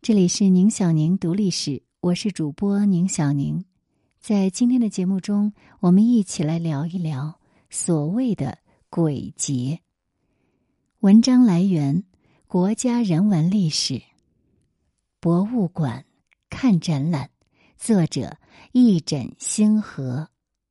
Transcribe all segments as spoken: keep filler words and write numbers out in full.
这里是宁小宁读历史，我是主播宁小宁。在今天的节目中，我们一起来聊一聊所谓的鬼节。文章来源国家人文历史博物馆看展览，作者一枕星河。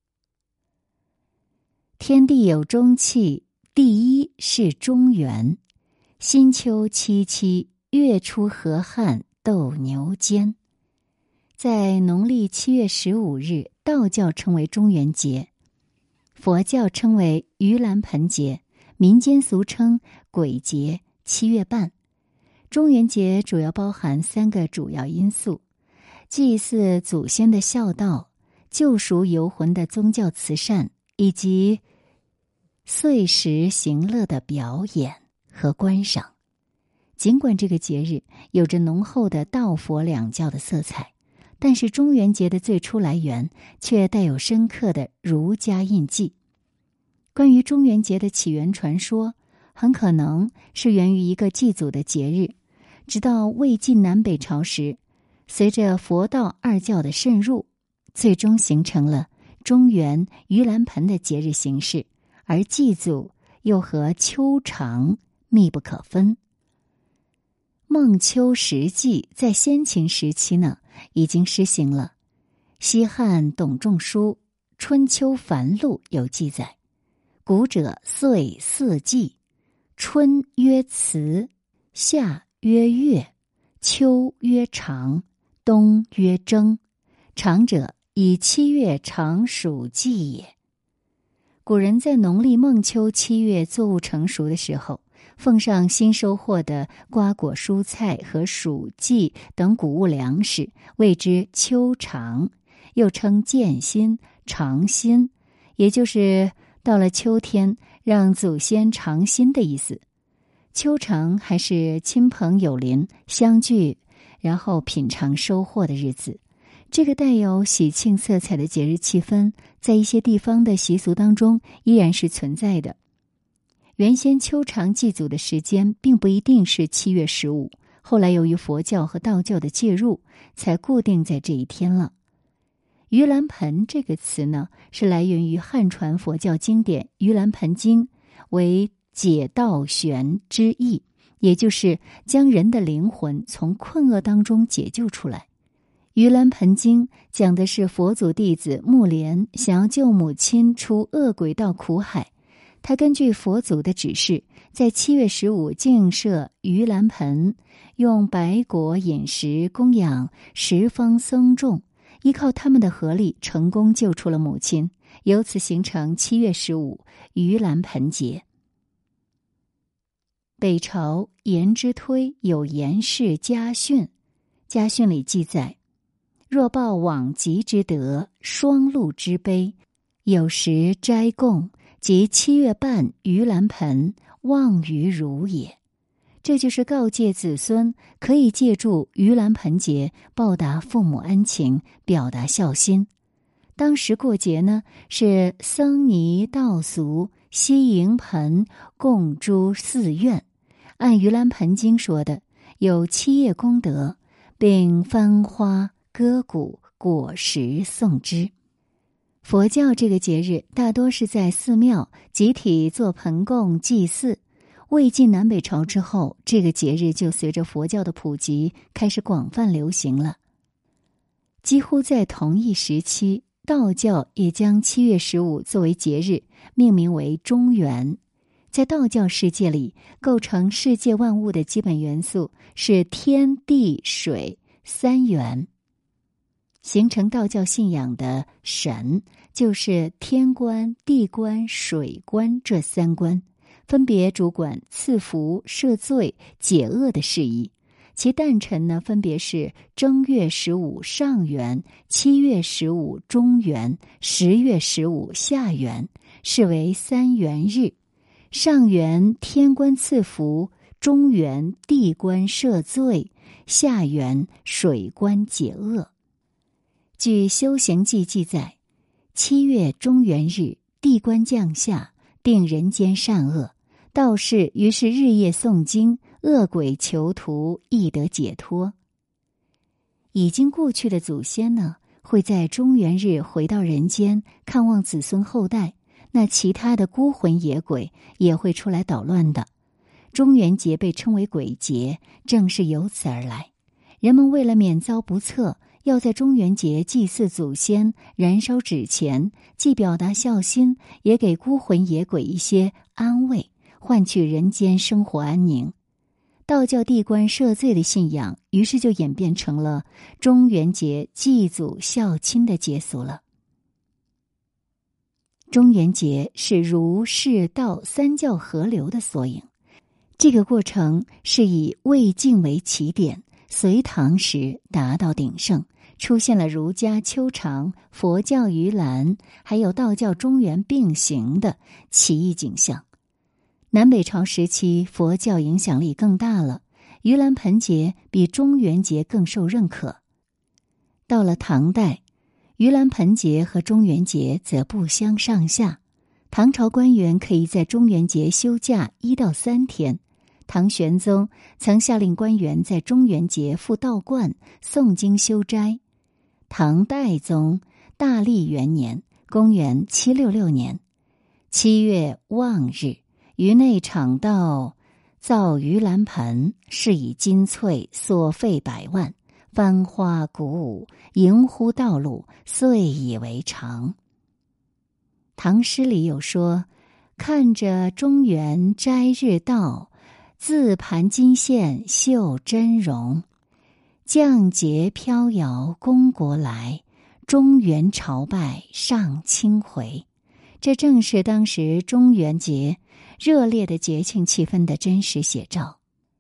天地有中气，第一是中原。新秋凄凄，月出河汉斗牛间。在农历七月十五日，道教称为中元节，佛教称为盂兰盆节，民间俗称鬼节、七月半。中元节主要包含三个主要因素：祭祀祖先的孝道、救赎游魂的宗教慈善，以及岁时行乐的表演和观赏。尽管这个节日有着浓厚的道佛两教的色彩，但是中元节的最初来源却带有深刻的儒家印记。关于中元节的起源传说，很可能是源于一个祭祖的节日。直到魏晋南北朝时，随着佛道二教的渗入，最终形成了中元盂兰盆的节日形式，而祭祖又和秋长密不可分。孟秋时祭在先秦时期呢已经施行了，西汉董仲舒《春秋繁露》有记载：古者岁四季，春曰辞，夏曰月，秋曰长，冬曰征。长者以七月长暑季也。古人在农历孟秋七月作物成熟的时候，奉上新收获的瓜果蔬菜和黍稷等谷物粮食，谓之秋长，又称建新、长新，也就是到了秋天让祖先尝新的意思。秋长还是亲朋友邻相聚，然后品尝收获的日子。这个带有喜庆色彩的节日气氛，在一些地方的习俗当中依然是存在的。原先秋长祭祖的时间并不一定是七月十五，后来由于佛教和道教的介入，才固定在这一天了。盂兰盆这个词呢，是来源于汉传佛教经典《盂兰盆经》，为解道玄之意，也就是将人的灵魂从困厄当中解救出来。盂兰盆经讲的是佛祖弟子木莲想要救母亲出恶鬼道苦海，他根据佛祖的指示，在七月十五净设盂兰盆，用白果饮食供养十方僧众，依靠他们的合力，成功救出了母亲，由此形成七月十五盂兰盆节。北朝颜之推有颜氏家训，家训里记载：若报往极之德，双禄之悲，有时斋供，即七月半盂兰盆，望于汝也。这就是告诫子孙可以借助盂兰盆节报答父母恩情，表达孝心。当时过节呢，是僧尼道俗西迎盆，供诸寺院。按盂兰盆经说的，有七夜功德，并幡花歌鼓果实送之。佛教这个节日大多是在寺庙集体做盆供祭祀。魏晋南北朝之后，这个节日就随着佛教的普及开始广泛流行了。几乎在同一时期，道教也将七月十五作为节日，命名为中元。在道教世界里，构成世界万物的基本元素是天地水三元。形成道教信仰的神就是天官、地官、水官这三官，分别主管赐福、赦罪、解厄的事宜。其诞辰呢，分别是正月十五上元、七月十五中元、十月十五下元，视为三元日。上元天官赐福，中元地官赦罪，下元水官解厄。据《修行记》记载，七月中元日，地官降下，定人间善恶，道士于是日夜诵经，恶鬼囚徒亦得解脱。 已经过去的祖先呢，会在中元日回到人间看望子孙后代，那其他的孤魂野鬼也会出来捣乱的。中元节被称为鬼节，正是由此而来。人们为了免遭不测，要在中元节祭祀祖先，燃烧纸钱，既表达孝心，也给孤魂野鬼一些安慰，换取人间生活安宁。道教地官赦罪的信仰，于是就演变成了中元节祭祖孝亲的节俗了。中元节是儒释道三教合流的缩影，这个过程是以魏晋为起点，隋唐时达到鼎盛，出现了儒家秋长、佛教盂兰，还有道教中元并行的奇异景象。南北朝时期，佛教影响力更大了，盂兰盆节比中元节更受认可。到了唐代，盂兰盆节和中元节则不相上下。唐朝官员可以在中元节休假一到三天。唐玄宗曾下令官员在中元节赴道观诵经修斋。唐代宗大历元年公元七六六年七月望日，于内场道造盂兰盆，是以金翠所费百万，幡花鼓舞，迎乎道路，遂以为常。唐诗里有说：看着中元斋日到，自盘金线绣真容，降节飘摇宫国来，中元朝拜上清回。这正是当时中元节热烈的节庆气氛的真实写照。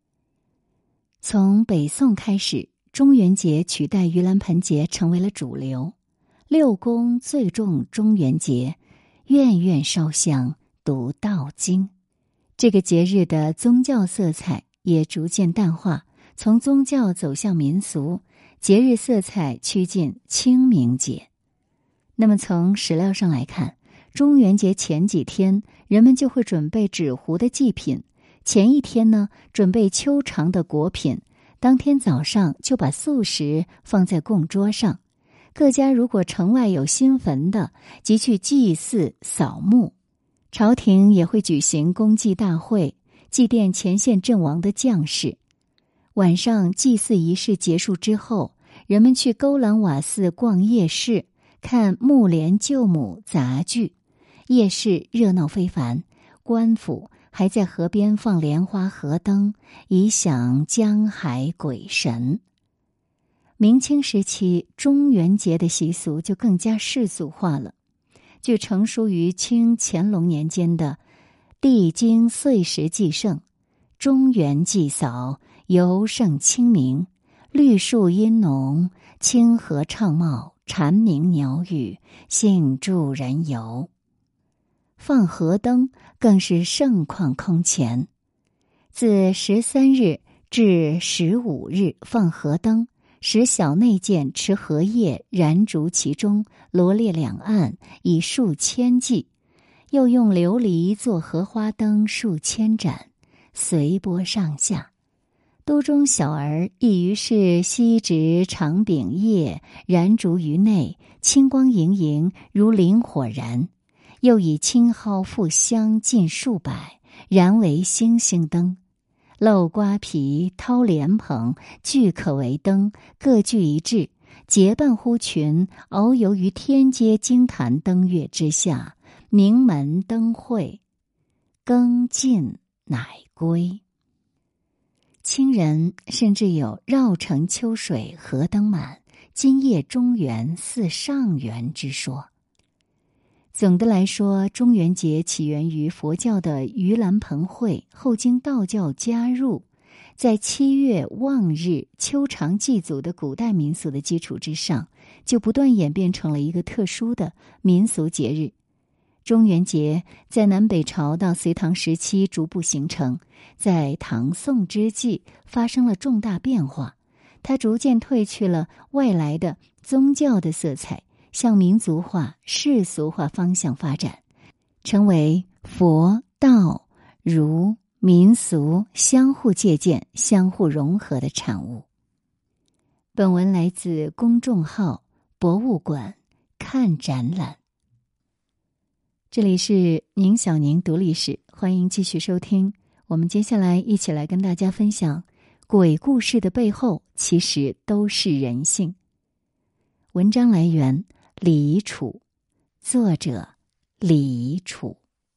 从北宋开始，中元节取代盂兰盆节成为了主流。六宫最重中元节，院院烧香读道经。这个节日的宗教色彩也逐渐淡化，从宗教走向民俗，节日色彩趋近清明节。那么从史料上来看，中元节前几天，人们就会准备纸糊的祭品，前一天呢，准备秋长的果品，当天早上就把素食放在供桌上。各家如果城外有新坟的，即去祭祀扫墓。朝廷也会举行公祭大会，祭奠前线阵亡的将士。晚上祭祀仪式结束之后，人们去勾栏瓦寺逛夜市，看木莲救母杂剧。夜市热闹非凡，官府还在河边放莲花河灯，以享江海鬼神。明清时期，中元节的习俗就更加世俗化了。据成书于清乾隆年间的《地经岁时记胜》，中元祭扫，尤胜清明，绿树阴浓，清河畅茂，蝉鸣鸟语，兴助人游。放河灯更是盛况空前，自十三日至十五日放河灯，使小内监持荷叶燃烛其中，罗列两岸，以数千计。又用琉璃做荷花灯数千盏，随波上下。都中小儿亦于是吸执长柄叶，燃烛于内，清光盈盈，如灵火燃。又以青蒿覆香近数百，燃为星星灯。漏瓜皮、掏莲蓬，俱可为灯，各具一致，结伴乎群，遨游于天街惊坛灯月之下，名门灯会，更尽乃归。清人甚至有绕城秋水河灯满，今夜中元似上元之说。总的来说，中元节起源于佛教的盂兰盆会，后经道教加入，在七月望日秋长祭祖的古代民俗的基础之上，就不断演变成了一个特殊的民俗节日。中元节在南北朝到隋唐时期逐步形成，在唐宋之际发生了重大变化，它逐渐褪去了外来的宗教的色彩，向民族化、世俗化方向发展，成为佛、道、儒、民俗相互借鉴、相互融合的产物。 本文来自公众号博物馆看展览。这里是宁小宁读历史，欢迎继续收听。我们接下来一起来跟大家分享，鬼故事的背后其实都是人性。文章来源李宜楚，作者李宜楚。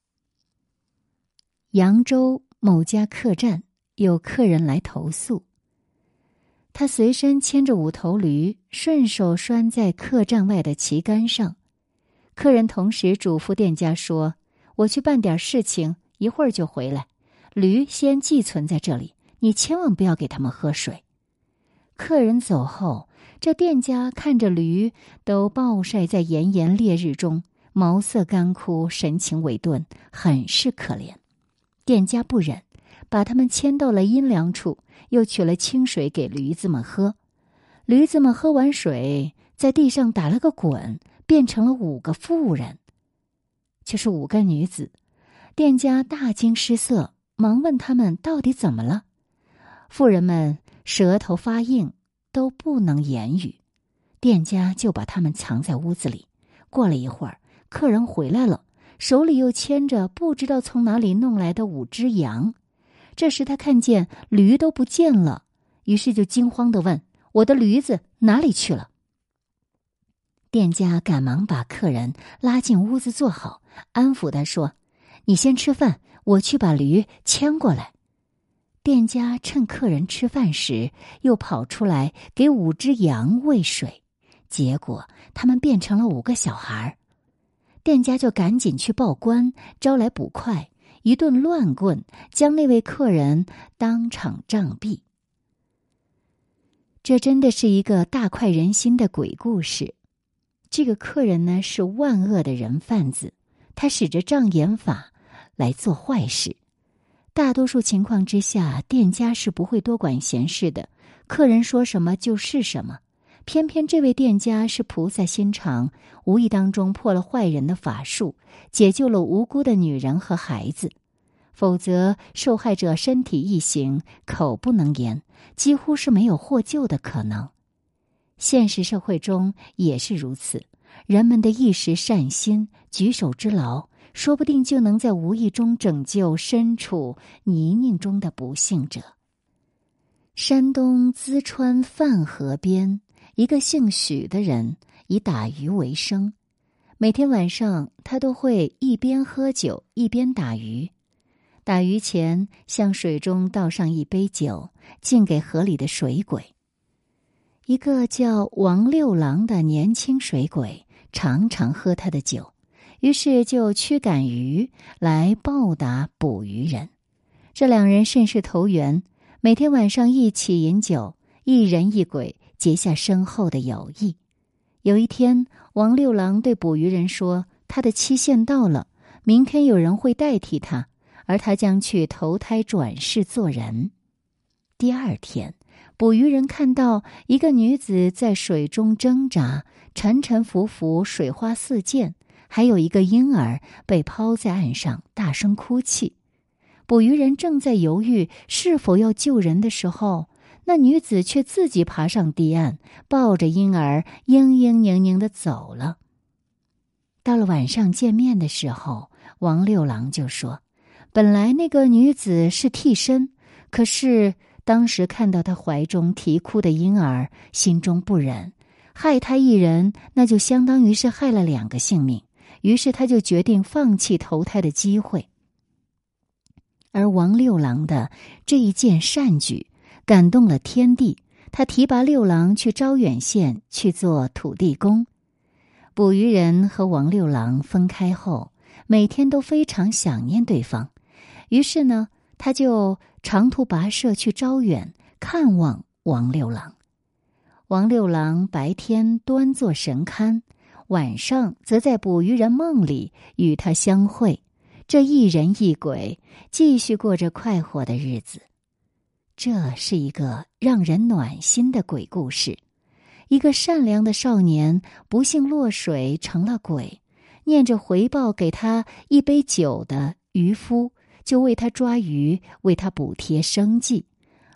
扬州某家客栈有客人来投诉，他随身牵着五头驴，顺手拴在客栈外的旗杆上。客人同时嘱咐店家说：“我去办点事情，一会儿就回来。驴先寄存在这里，你千万不要给他们喝水。”客人走后，这店家看着驴都暴晒在炎炎烈日中，毛色干枯，神情萎顿，很是可怜。店家不忍，把他们牵到了阴凉处，又取了清水给驴子们喝。驴子们喝完水，在地上打了个滚，变成了五个妇人，就是五个女子。店家大惊失色，忙问他们到底怎么了。妇人们舌头发硬，都不能言语。店家就把他们藏在屋子里。过了一会儿，客人回来了，手里又牵着不知道从哪里弄来的五只羊。这时他看见驴都不见了，于是就惊慌地问：“我的驴子哪里去了？”店家赶忙把客人拉进屋子坐好，安抚他说：“你先吃饭，我去把驴牵过来。”店家趁客人吃饭时，又跑出来给五只羊喂水，结果他们变成了五个小孩。店家就赶紧去报官，招来捕快，一顿乱棍，将那位客人当场杖毙。这真的是一个大快人心的鬼故事。这个客人呢，是万恶的人贩子，他使着障眼法来做坏事。大多数情况之下，店家是不会多管闲事的，客人说什么就是什么。偏偏这位店家是菩萨心肠，无意当中破了坏人的法术，解救了无辜的女人和孩子。否则受害者身体异形，口不能言，几乎是没有获救的可能。现实社会中也是如此，人们的一时善心，举手之劳，说不定就能在无意中拯救身处泥泞中的不幸者。山东淄川范河边，一个姓许的人以打鱼为生，每天晚上他都会一边喝酒一边打鱼。打鱼前向水中倒上一杯酒，敬给河里的水鬼。一个叫王六郎的年轻水鬼常常喝他的酒，于是就驱赶鱼来报答捕鱼人。这两人甚是投缘，每天晚上一起饮酒，一人一鬼结下深厚的友谊。有一天，王六郎对捕鱼人说，他的期限到了，明天有人会代替他，而他将去投胎转世做人。第二天，捕鱼人看到一个女子在水中挣扎，沉沉浮浮，水花四溅，还有一个婴儿被抛在岸上，大声哭泣。捕鱼人正在犹豫是否要救人的时候，那女子却自己爬上堤岸，抱着婴儿嘤嘤宁宁地走了。到了晚上见面的时候，王六郎就说，本来那个女子是替身，可是当时看到她怀中啼哭的婴儿，心中不忍，害他一人，那就相当于是害了两个性命，于是他就决定放弃投胎的机会。而王六郎的这一件善举感动了天地，他提拔六郎去招远县去做土地公。捕鱼人和王六郎分开后，每天都非常想念对方，于是呢，他就长途跋涉去招远看望王六郎。王六郎白天端坐神龛，晚上则在捕鱼人梦里与他相会，这一人一鬼继续过着快活的日子。这是一个让人暖心的鬼故事。一个善良的少年不幸落水成了鬼，念着回报给他一杯酒的渔夫就为他抓鱼，为他补贴生计。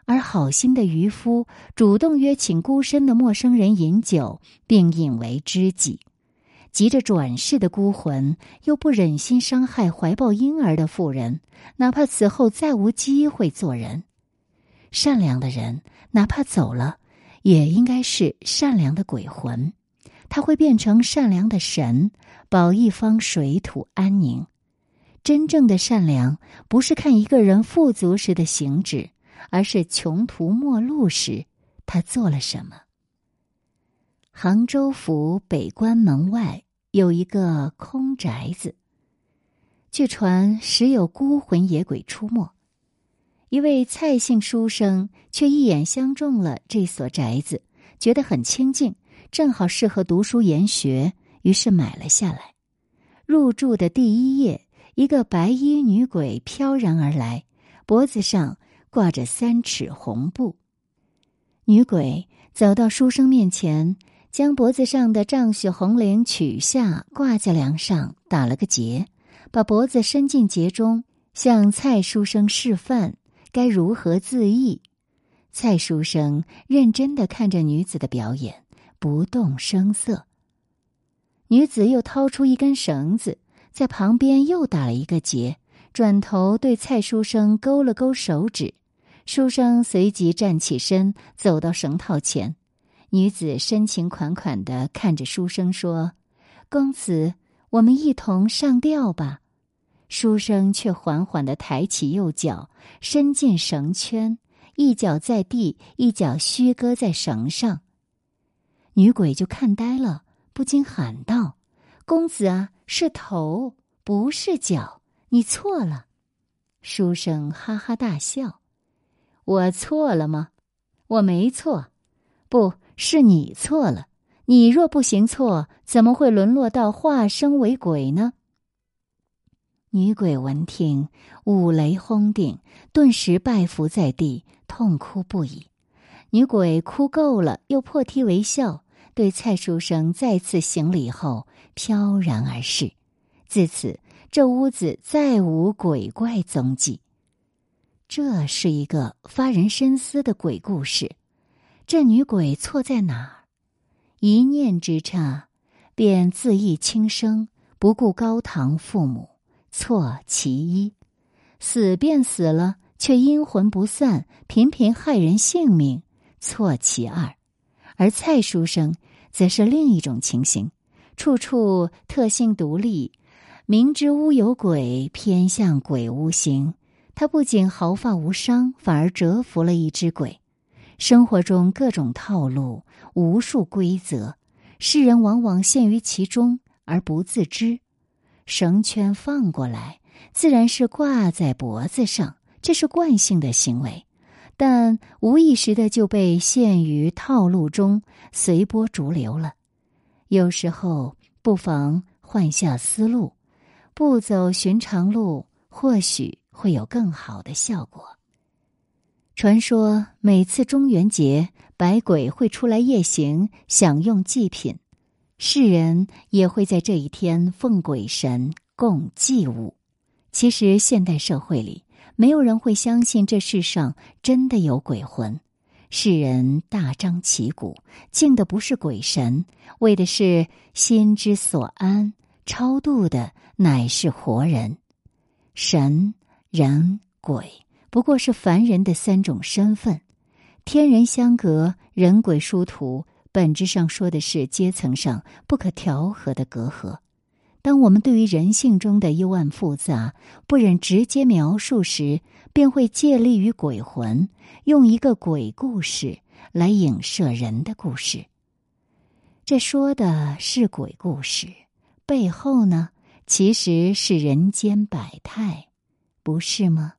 而好心的渔夫主动约请孤身的陌生人饮酒，并引为知己。急着转世的孤魂又不忍心伤害怀抱婴儿的妇人，哪怕此后再无机会做人。善良的人哪怕走了，也应该是善良的鬼魂，他会变成善良的神，保一方水土安宁。真正的善良不是看一个人富足时的行止，而是穷途末路时他做了什么。杭州府北关门外有一个空宅子，据传时有孤魂野鬼出没。一位蔡姓书生却一眼相中了这所宅子，觉得很清静，正好适合读书研学，于是买了下来。入住的第一夜，一个白衣女鬼飘然而来，脖子上挂着三尺红布。女鬼走到书生面前，将脖子上的丈许红绫取下，挂在梁上，打了个结，把脖子伸进结中，向蔡书生示范该如何自缢。蔡书生认真地看着女子的表演，不动声色。女子又掏出一根绳子，在旁边又打了一个结，转头对蔡书生勾了勾手指。书生随即站起身，走到绳套前。女子深情款款地看着书生说：“公子，我们一同上吊吧。”书生却缓缓地抬起右脚，伸进绳圈，一脚在地，一脚虚搁在绳上。女鬼就看呆了，不禁喊道：“公子啊，是头，不是脚，你错了。”书生哈哈大笑：“我错了吗？我没错，不是你错了。你若不行错，怎么会沦落到化身为鬼呢？”女鬼闻听，五雷轰顶，顿时拜伏在地，痛哭不已。女鬼哭够了，又破涕为笑，对蔡书生再次行礼后，飘然而逝。自此，这屋子再无鬼怪踪迹。这是一个发人深思的鬼故事。这女鬼错在哪儿？一念之差，便自缢轻生，不顾高堂父母，错其一；死便死了，却阴魂不散，频频害人性命，错其二。而蔡书生则是另一种情形，处处特性独立，明知屋有鬼，偏向鬼屋行。他不仅毫发无伤，反而折服了一只鬼。生活中各种套路，无数规则，世人往往陷于其中而不自知。绳圈放过来，自然是挂在脖子上，这是惯性的行为，但无意识的就被陷于套路中，随波逐流了。有时候不妨换下思路，不走寻常路，或许会有更好的效果。传说每次中元节，百鬼会出来夜行，享用祭品，世人也会在这一天奉鬼神，供祭物。其实现代社会里，没有人会相信这世上真的有鬼魂。世人大张旗鼓，敬的不是鬼神，为的是心之所安，超度的乃是活人。神、人、鬼不过是凡人的三种身份，天人相隔，人鬼殊途，本质上说的是阶层上不可调和的隔阂。当我们对于人性中的幽暗复杂不忍直接描述时，便会借力于鬼魂，用一个鬼故事来影射人的故事。这说的是鬼故事，背后呢，其实是人间百态，不是吗？